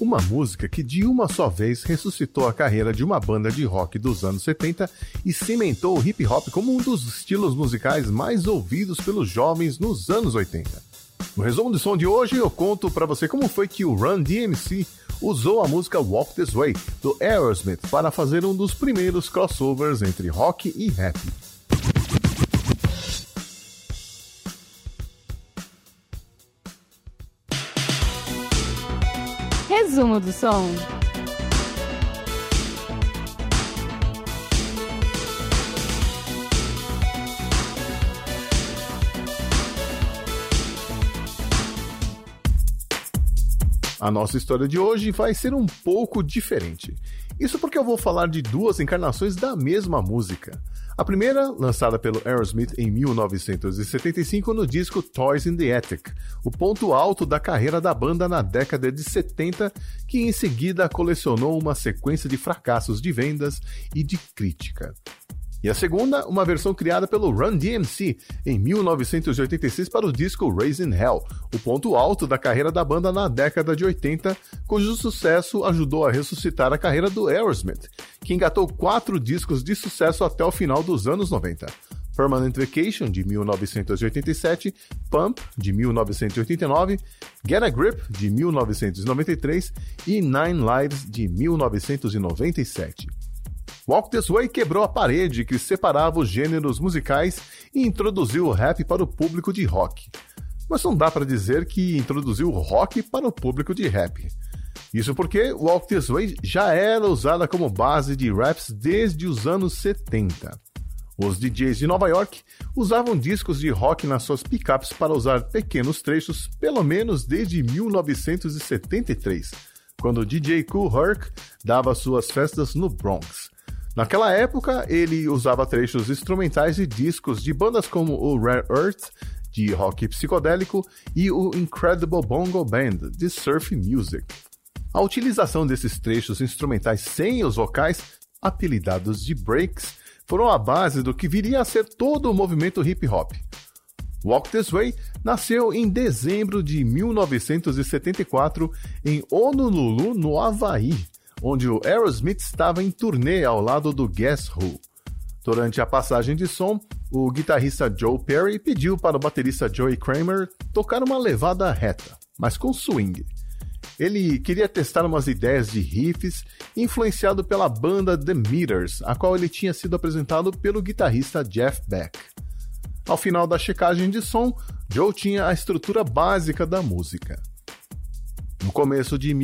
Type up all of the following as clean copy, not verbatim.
uma música que de uma só vez ressuscitou a carreira de uma banda de rock dos anos 70 e cimentou o hip hop como um dos estilos musicais mais ouvidos pelos jovens nos anos 80. No resumo do som de hoje eu conto pra você como foi que o Run DMC usou a música Walk This Way, do Aerosmith, para fazer um dos primeiros crossovers entre rock e rap. Resumo do som. A nossa história de hoje vai ser um pouco diferente. Isso porque eu vou falar de duas encarnações da mesma música. A primeira, lançada pelo Aerosmith em 1975 no disco Toys in the Attic, o ponto alto da carreira da banda na década de 70, que em seguida colecionou uma sequência de fracassos de vendas e de crítica. E a segunda, uma versão criada pelo Run DMC em 1986 para o disco Raising Hell, o ponto alto da carreira da banda na década de 80, cujo sucesso ajudou a ressuscitar a carreira do Aerosmith, que engatou 4 discos de sucesso até o final dos anos 90. Permanent Vacation, de 1987, Pump, de 1989, Get a Grip, de 1993 e Nine Lives, de 1997. Walk This Way quebrou a parede que separava os gêneros musicais e introduziu o rap para o público de rock. Mas não dá para dizer que introduziu o rock para o público de rap. Isso porque Walk This Way já era usada como base de raps desde os anos 70. Os DJs de Nova York usavam discos de rock nas suas pickups para usar pequenos trechos, pelo menos desde 1973, quando o DJ Kool Herc dava suas festas no Bronx. Naquela época, ele usava trechos instrumentais de discos de bandas como o Rare Earth, de rock psicodélico, e o Incredible Bongo Band, de surf music. A utilização desses trechos instrumentais sem os vocais, apelidados de breaks, foram a base do que viria a ser todo o movimento hip hop. Walk This Way nasceu em dezembro de 1974 em Honolulu, no Havaí, onde o Aerosmith estava em turnê ao lado do Guess Who. Durante a passagem de som, o guitarrista Joe Perry pediu para o baterista Joey Kramer tocar uma levada reta, mas com swing. Ele queria testar umas ideias de riffs influenciado pela banda The Meters, a qual ele tinha sido apresentado pelo guitarrista Jeff Beck. Ao final da checagem de som, Joe tinha a estrutura básica da música. No começo de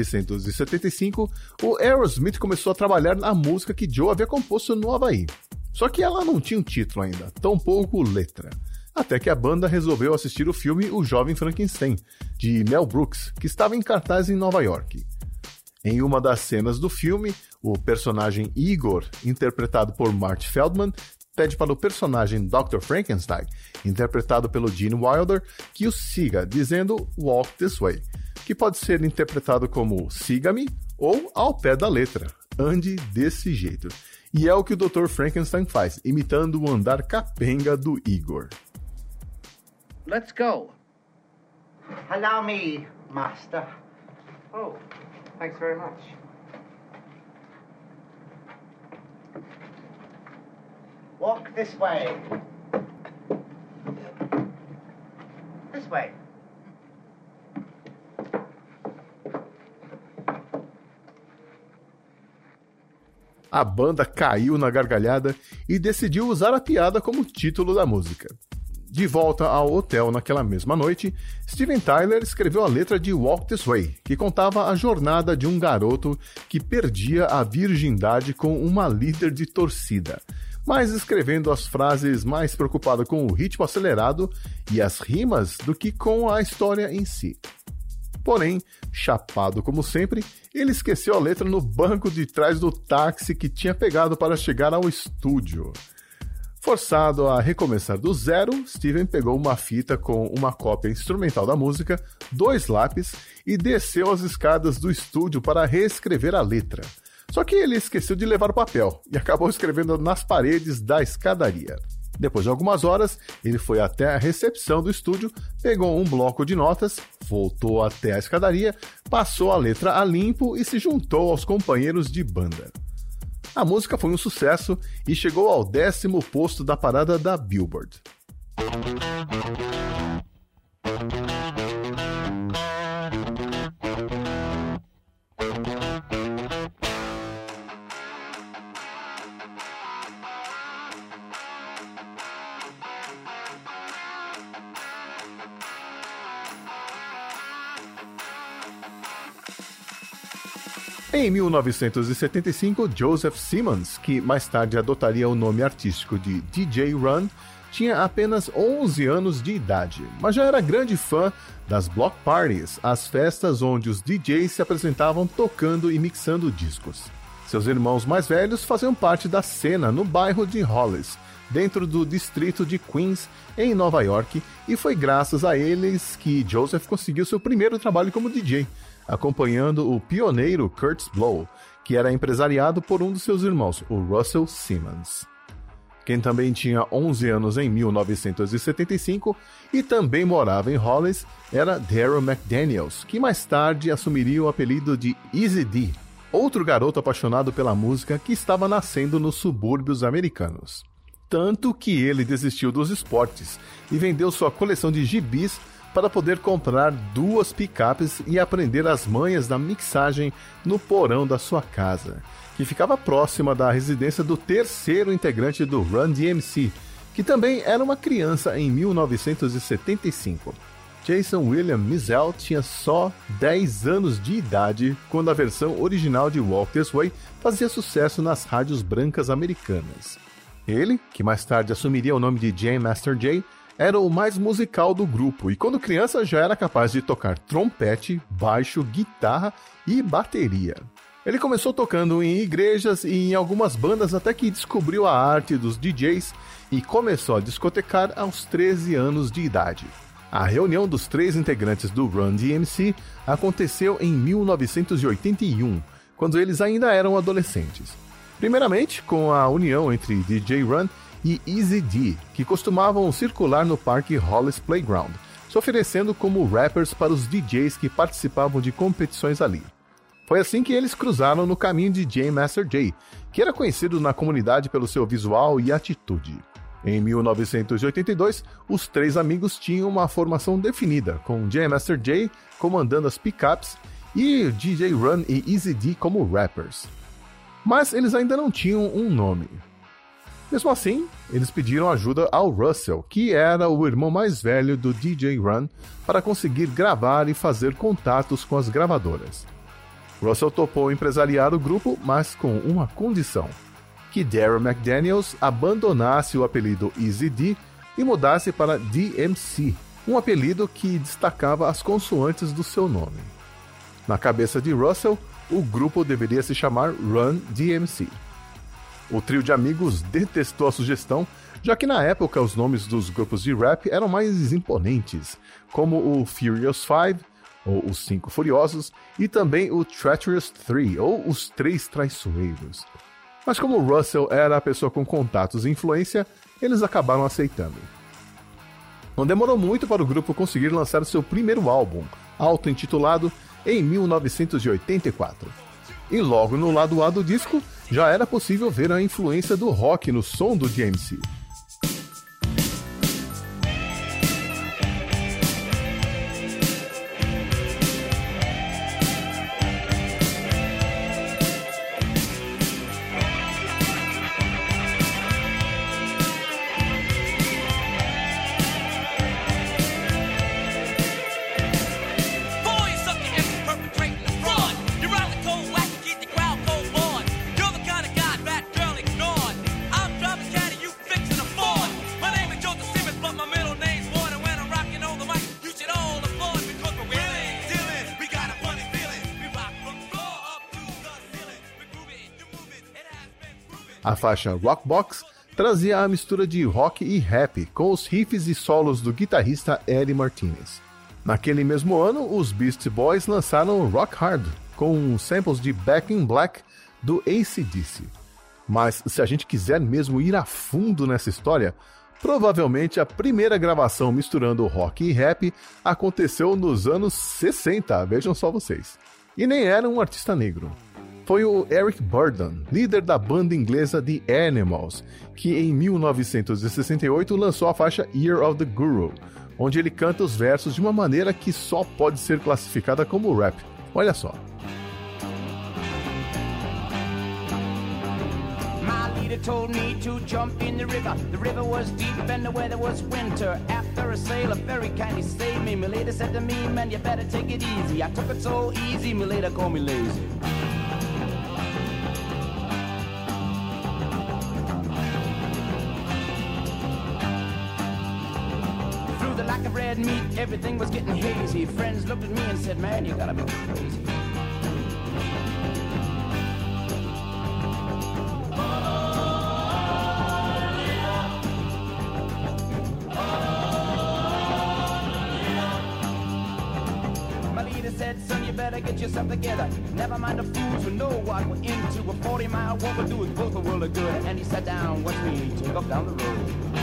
1975, o Aerosmith começou a trabalhar na música que Joe havia composto no Havaí. Só que ela não tinha um título ainda, tampouco letra. Até que a banda resolveu assistir o filme O Jovem Frankenstein, de Mel Brooks, que estava em cartaz em Nova York. Em uma das cenas do filme, o personagem Igor, interpretado por Marty Feldman, pede para o personagem Dr. Frankenstein, interpretado pelo Gene Wilder, que o siga, dizendo Walk This Way, que pode ser interpretado como siga-me ou ao pé da letra, ande desse jeito. E é o que o Dr. Frankenstein faz, imitando o andar capenga do Igor. Let's go. Allow me, master. Oh, thanks very much. Walk this way. This way. A banda caiu na gargalhada e decidiu usar a piada como título da música. De volta ao hotel naquela mesma noite, Steven Tyler escreveu a letra de Walk This Way, que contava a jornada de um garoto que perdia a virgindade com uma líder de torcida, mas escrevendo as frases mais preocupado com o ritmo acelerado e as rimas do que com a história em si. Porém, chapado como sempre, ele esqueceu a letra no banco de trás do táxi que tinha pegado para chegar ao estúdio. Forçado a recomeçar do zero, Steven pegou uma fita com uma cópia instrumental da música, 2 lápis e desceu as escadas do estúdio para reescrever a letra. Só que ele esqueceu de levar o papel e acabou escrevendo nas paredes da escadaria. Depois de algumas horas, ele foi até a recepção do estúdio, pegou um bloco de notas, voltou até a escadaria, passou a letra a limpo e se juntou aos companheiros de banda. A música foi um sucesso e chegou ao 10º posto da parada da Billboard. Em 1975, Joseph Simmons, que mais tarde adotaria o nome artístico de DJ Run, tinha apenas 11 anos de idade, mas já era grande fã das block parties, as festas onde os DJs se apresentavam tocando e mixando discos. Seus irmãos mais velhos faziam parte da cena no bairro de Hollis, dentro do distrito de Queens, em Nova York, e foi graças a eles que Joseph conseguiu seu primeiro trabalho como DJ, acompanhando o pioneiro Kurtis Blow, que era empresariado por um dos seus irmãos, o Russell Simmons. Quem também tinha 11 anos em 1975 e também morava em Hollis era Darryl McDaniels, que mais tarde assumiria o apelido de Easy D, outro garoto apaixonado pela música que estava nascendo nos subúrbios americanos. Tanto que ele desistiu dos esportes e vendeu sua coleção de gibis para poder comprar 2 picapes e aprender as manhas da mixagem no porão da sua casa, que ficava próxima da residência do terceiro integrante do Run DMC, que também era uma criança em 1975. Jason William Mizell tinha só 10 anos de idade quando a versão original de Walk This Way fazia sucesso nas rádios brancas americanas. Ele, que mais tarde assumiria o nome de Jam Master Jay, era o mais musical do grupo e quando criança já era capaz de tocar trompete, baixo, guitarra e bateria. Ele começou tocando em igrejas e em algumas bandas até que descobriu a arte dos DJs e começou a discotecar aos 13 anos de idade. A reunião dos 3 integrantes do Run DMC aconteceu em 1981, quando eles ainda eram adolescentes. Primeiramente, com a união entre DJ Run e Easy D, que costumavam circular no parque Hollis Playground, se oferecendo como rappers para os DJs que participavam de competições ali. Foi assim que eles cruzaram no caminho de Jam Master Jay, que era conhecido na comunidade pelo seu visual e atitude. Em 1982, os 3 amigos tinham uma formação definida, com Jam Master Jay comandando as pickups e DJ Run e Easy D como rappers. Mas eles ainda não tinham um nome. Mesmo assim, eles pediram ajuda ao Russell, que era o irmão mais velho do DJ Run, para conseguir gravar e fazer contatos com as gravadoras. Russell topou empresariar o grupo, mas com uma condição: que Darryl McDaniels abandonasse o apelido Easy D e mudasse para DMC, um apelido que destacava as consoantes do seu nome. Na cabeça de Russell, o grupo deveria se chamar Run DMC. O trio de amigos detestou a sugestão, já que na época os nomes dos grupos de rap eram mais imponentes, como o Furious 5, ou os 5 Furiosos, e também o Treacherous 3, ou os 3 Traiçoeiros. Mas como Russell era a pessoa com contatos e influência, eles acabaram aceitando. Não demorou muito para o grupo conseguir lançar seu primeiro álbum, auto-intitulado, em 1984. E logo no lado A do disco, já era possível ver a influência do rock no som do DMC. A faixa Rock Box trazia a mistura de rock e rap, com os riffs e solos do guitarrista Eddie Martinez. Naquele mesmo ano, os Beastie Boys lançaram Rock Hard, com samples de Back in Black do AC/DC. Mas se a gente quiser mesmo ir a fundo nessa história, Provavelmente a primeira gravação misturando rock e rap aconteceu nos anos 60, vejam só vocês. E nem era um artista negro. Foi o Eric Burdon, líder da banda inglesa The Animals, que em 1968 lançou a faixa Year of the Guru, onde ele canta os versos de uma maneira que só pode ser classificada como rap. Olha só. Leader told me to jump in the river. The river was deep and the weather was winter. After a sail, a very kindly saved me. My lady said to me, man, you better take it easy. I took it so easy, my lady called me lazy. Through the lack of red meat, everything was getting hazy. Friends looked at me and said, man, you gotta be crazy. Said, son, you better get yourself together. Never mind the fools who know what we're into. A 40-mile walk will do us both a world of good. And he sat down, watched me take off down the road.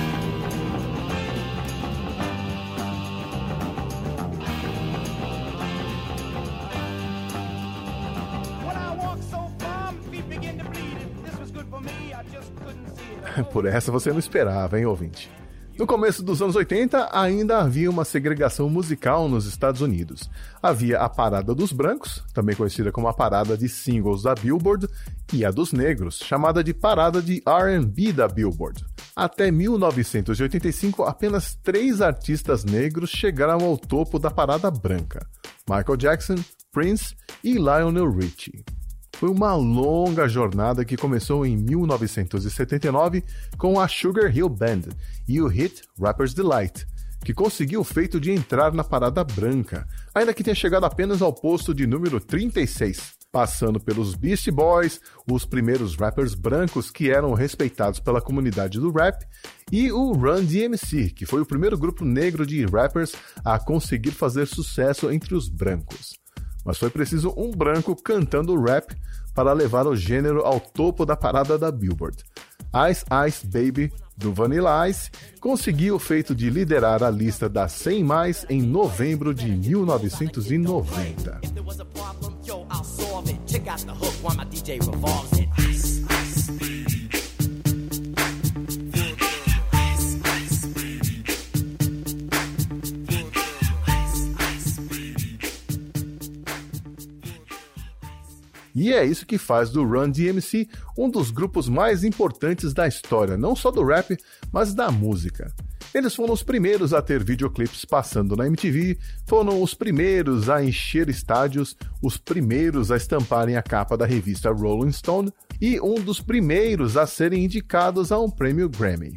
When I walked so far, my feet began to bleed. If this was good for me, I just couldn't see it. Por essa você não esperava, hein, ouvinte? No começo dos anos 80, ainda havia uma segregação musical nos Estados Unidos. Havia a parada dos brancos, também conhecida como a parada de singles da Billboard, e a dos negros, chamada de parada de R&B da Billboard. Até 1985, apenas 3 artistas negros chegaram ao topo da parada branca: Michael Jackson, Prince e Lionel Richie. Foi uma longa jornada que começou em 1979 com a Sugar Hill Band e o hit Rapper's Delight, que conseguiu o feito de entrar na parada branca, ainda que tenha chegado apenas ao posto de número 36, passando pelos Beastie Boys, os primeiros rappers brancos que eram respeitados pela comunidade do rap, e o Run DMC, que foi o primeiro grupo negro de rappers a conseguir fazer sucesso entre os brancos. Mas foi preciso um branco cantando rap para levar o gênero ao topo da parada da Billboard. Ice Ice Baby, do Vanilla Ice, conseguiu o feito de liderar a lista das 100 mais em novembro de 1990. E é isso que faz do Run DMC um dos grupos mais importantes da história, não só do rap, mas da música. Eles foram os primeiros a ter videoclipes passando na MTV, foram os primeiros a encher estádios, os primeiros a estamparem a capa da revista Rolling Stone e um dos primeiros a serem indicados a um prêmio Grammy.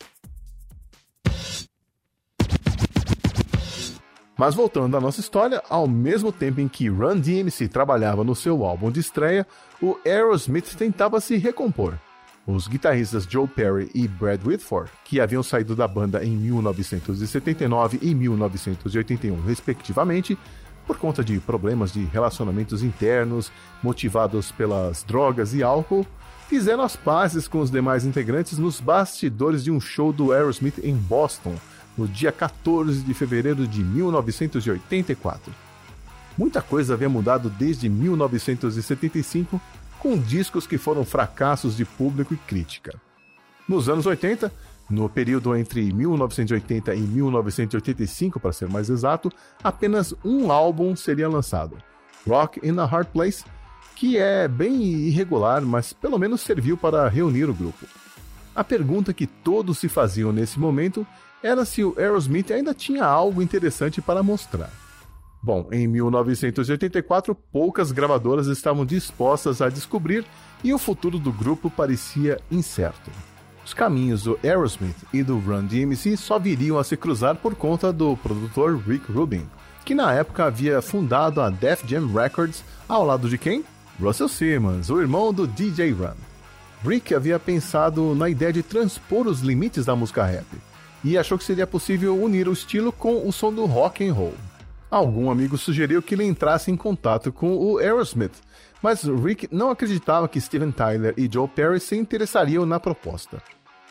Mas voltando à nossa história, ao mesmo tempo em que Run DMC trabalhava no seu álbum de estreia, o Aerosmith tentava se recompor. Os guitarristas Joe Perry e Brad Whitford, que haviam saído da banda em 1979 e 1981 respectivamente, por conta de problemas de relacionamentos internos motivados pelas drogas e álcool, fizeram as pazes com os demais integrantes nos bastidores de um show do Aerosmith em Boston, no dia 14 de fevereiro de 1984. Muita coisa havia mudado desde 1975, com discos que foram fracassos de público e crítica. Nos anos 80, no período entre 1980 e 1985, para ser mais exato, apenas um álbum seria lançado, Rock in a Hard Place, que é bem irregular, mas pelo menos serviu para reunir o grupo. A pergunta que todos se faziam nesse momento era se o Aerosmith ainda tinha algo interessante para mostrar. Bom, em 1984, poucas gravadoras estavam dispostas a descobrir e o futuro do grupo parecia incerto. Os caminhos do Aerosmith e do Run DMC só viriam a se cruzar por conta do produtor Rick Rubin, que na época havia fundado a Def Jam Records ao lado de quem? Russell Simmons, o irmão do DJ Run. Rick havia pensado na ideia de transpor os limites da música rap, e achou que seria possível unir o estilo com o som do rock and roll. Algum amigo sugeriu que ele entrasse em contato com o Aerosmith, mas Rick não acreditava que Steven Tyler e Joe Perry se interessariam na proposta.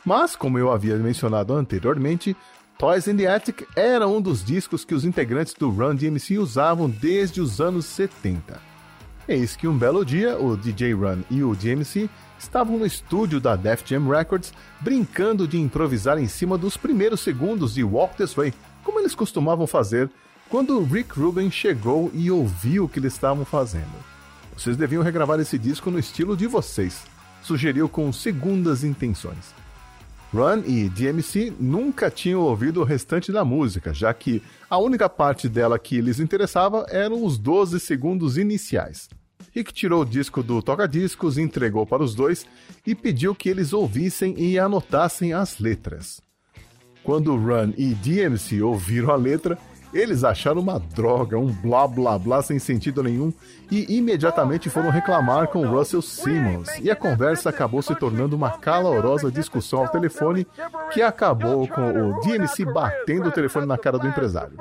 Mas, como eu havia mencionado anteriormente, Toys in the Attic era um dos discos que os integrantes do Run DMC usavam desde os anos 70. Eis que um belo dia, o DJ Run e o DMC estavam no estúdio da Def Jam Records brincando de improvisar em cima dos primeiros segundos de Walk This Way, como eles costumavam fazer, quando Rick Rubin chegou e ouviu o que eles estavam fazendo. Vocês deviam regravar esse disco no estilo de vocês, sugeriu com segundas intenções. Run e DMC nunca tinham ouvido o restante da música, já que a única parte dela que lhes interessava eram os 12 segundos iniciais. Rick tirou o disco do toca-discos, entregou para os dois e pediu que eles ouvissem e anotassem as letras. Quando Run e DMC ouviram a letra, eles acharam uma droga, um blá blá blá sem sentido nenhum e imediatamente foram reclamar com Russell Simmons, e a conversa acabou se tornando uma calorosa discussão ao telefone que acabou com o DMC batendo o telefone na cara do empresário.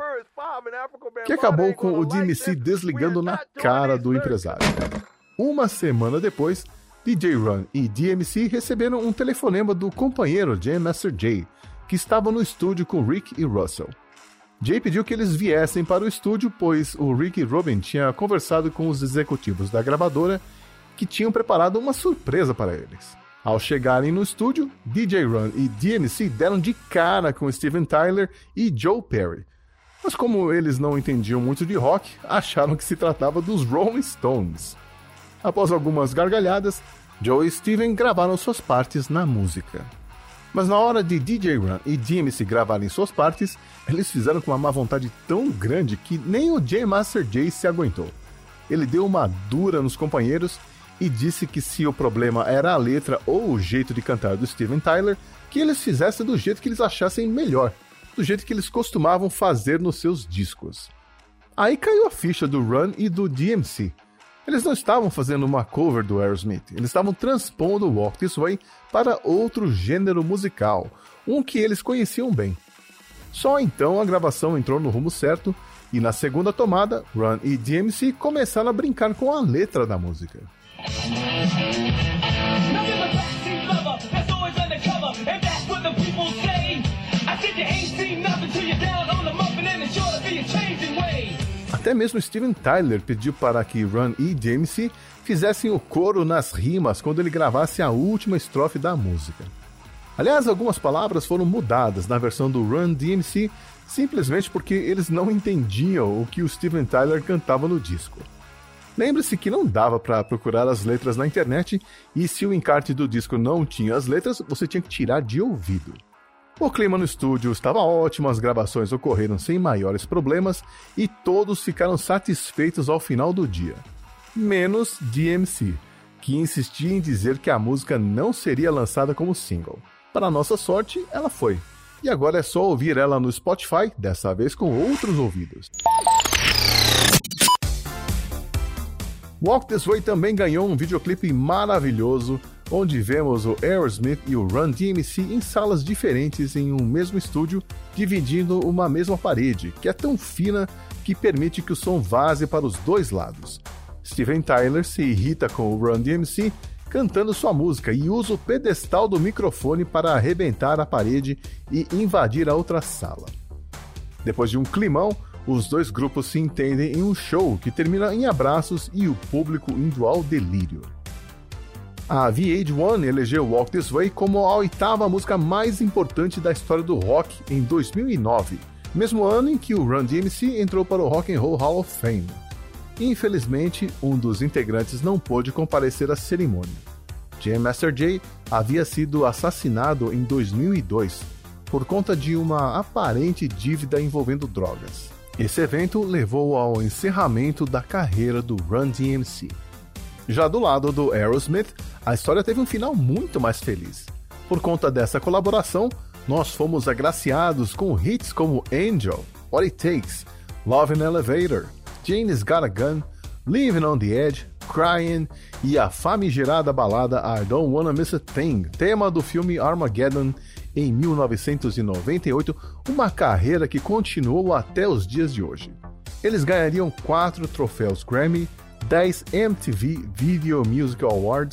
Desligando na cara do empresário. Uma semana depois, DJ Run e DMC receberam um telefonema do companheiro Jam Master Jay, que estava no estúdio com Rick e Russell. Jay pediu que eles viessem para o estúdio, pois o Rick Rubin tinha conversado com os executivos da gravadora que tinham preparado uma surpresa para eles. Ao chegarem no estúdio, DJ Run e DMC deram de cara com Steven Tyler e Joe Perry. Mas como eles não entendiam muito de rock, acharam que se tratava dos Rolling Stones. Após algumas gargalhadas, Joe e Steven gravaram suas partes na música. Mas na hora de DJ Run e DMC gravarem suas partes, eles fizeram com uma má vontade tão grande que nem o Jam Master Jay se aguentou. Ele deu uma dura nos companheiros e disse que se o problema era a letra ou o jeito de cantar do Steven Tyler, que eles fizessem do jeito que eles achassem melhor, do jeito que eles costumavam fazer nos seus discos. Aí caiu a ficha do Run e do DMC. Eles não estavam fazendo uma cover do Aerosmith, eles estavam transpondo Walk This Way para outro gênero musical, um que eles conheciam bem. Só então a gravação entrou no rumo certo, e na segunda tomada, Run e DMC começaram a brincar com a letra da música. Até mesmo Steven Tyler pediu para que Run e DMC fizessem o coro nas rimas quando ele gravasse a última estrofe da música. Aliás, algumas palavras foram mudadas na versão do Run DMC simplesmente porque eles não entendiam o que o Steven Tyler cantava no disco. Lembre-se que não dava para procurar as letras na internet, e se o encarte do disco não tinha as letras, você tinha que tirar de ouvido. O clima no estúdio estava ótimo, as gravações ocorreram sem maiores problemas e todos ficaram satisfeitos ao final do dia. Menos DMC, que insistia em dizer que a música não seria lançada como single. Para nossa sorte, ela foi. E agora é só ouvir ela no Spotify, dessa vez com outros ouvidos. Walk This Way também ganhou um videoclipe maravilhoso, onde vemos o Aerosmith e o Run DMC em salas diferentes em um mesmo estúdio, dividindo uma mesma parede, que é tão fina que permite que o som vaze para os dois lados. Steven Tyler se irrita com o Run DMC cantando sua música e usa o pedestal do microfone para arrebentar a parede e invadir a outra sala. Depois de um climão, os dois grupos se entendem em um show que termina em abraços e o público indo ao delírio. A VH1 elegeu Walk This Way como a 8ª música mais importante da história do rock em 2009, mesmo ano em que o Run DMC entrou para o Rock and Roll Hall of Fame. Infelizmente, um dos integrantes não pôde comparecer à cerimônia. Jam Master Jay havia sido assassinado em 2002 por conta de uma aparente dívida envolvendo drogas. Esse evento levou ao encerramento da carreira do Run DMC. Já do lado do Aerosmith, a história teve um final muito mais feliz. Por conta dessa colaboração, nós fomos agraciados com hits como Angel, What It Takes, Love in Elevator, Jane's Got a Gun, Living on the Edge, Crying e a famigerada balada I Don't Wanna Miss a Thing, tema do filme Armageddon em 1998, uma carreira que continuou até os dias de hoje. Eles ganhariam 4 troféus Grammy, 10 MTV Video Music Awards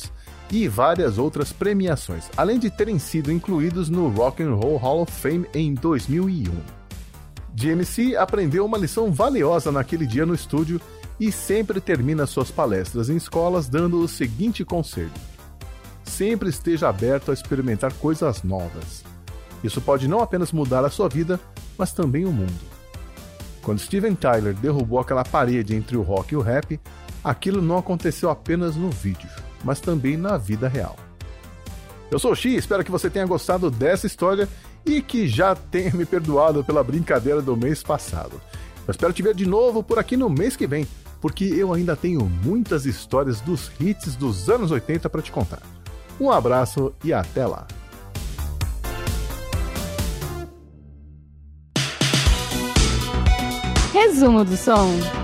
e várias outras premiações, além de terem sido incluídos no Rock and Roll Hall of Fame em 2001. GMC aprendeu uma lição valiosa naquele dia no estúdio e sempre termina suas palestras em escolas dando o seguinte conselho: sempre esteja aberto a experimentar coisas novas. Isso pode não apenas mudar a sua vida, mas também o mundo. Quando Steven Tyler derrubou aquela parede entre o rock e o rap, aquilo não aconteceu apenas no vídeo, mas também na vida real. Eu sou o Xi, espero que você tenha gostado dessa história e que já tenha me perdoado pela brincadeira do mês passado. Eu espero te ver de novo por aqui no mês que vem, porque eu ainda tenho muitas histórias dos hits dos anos 80 para te contar. Um abraço e até lá! Resumo do som.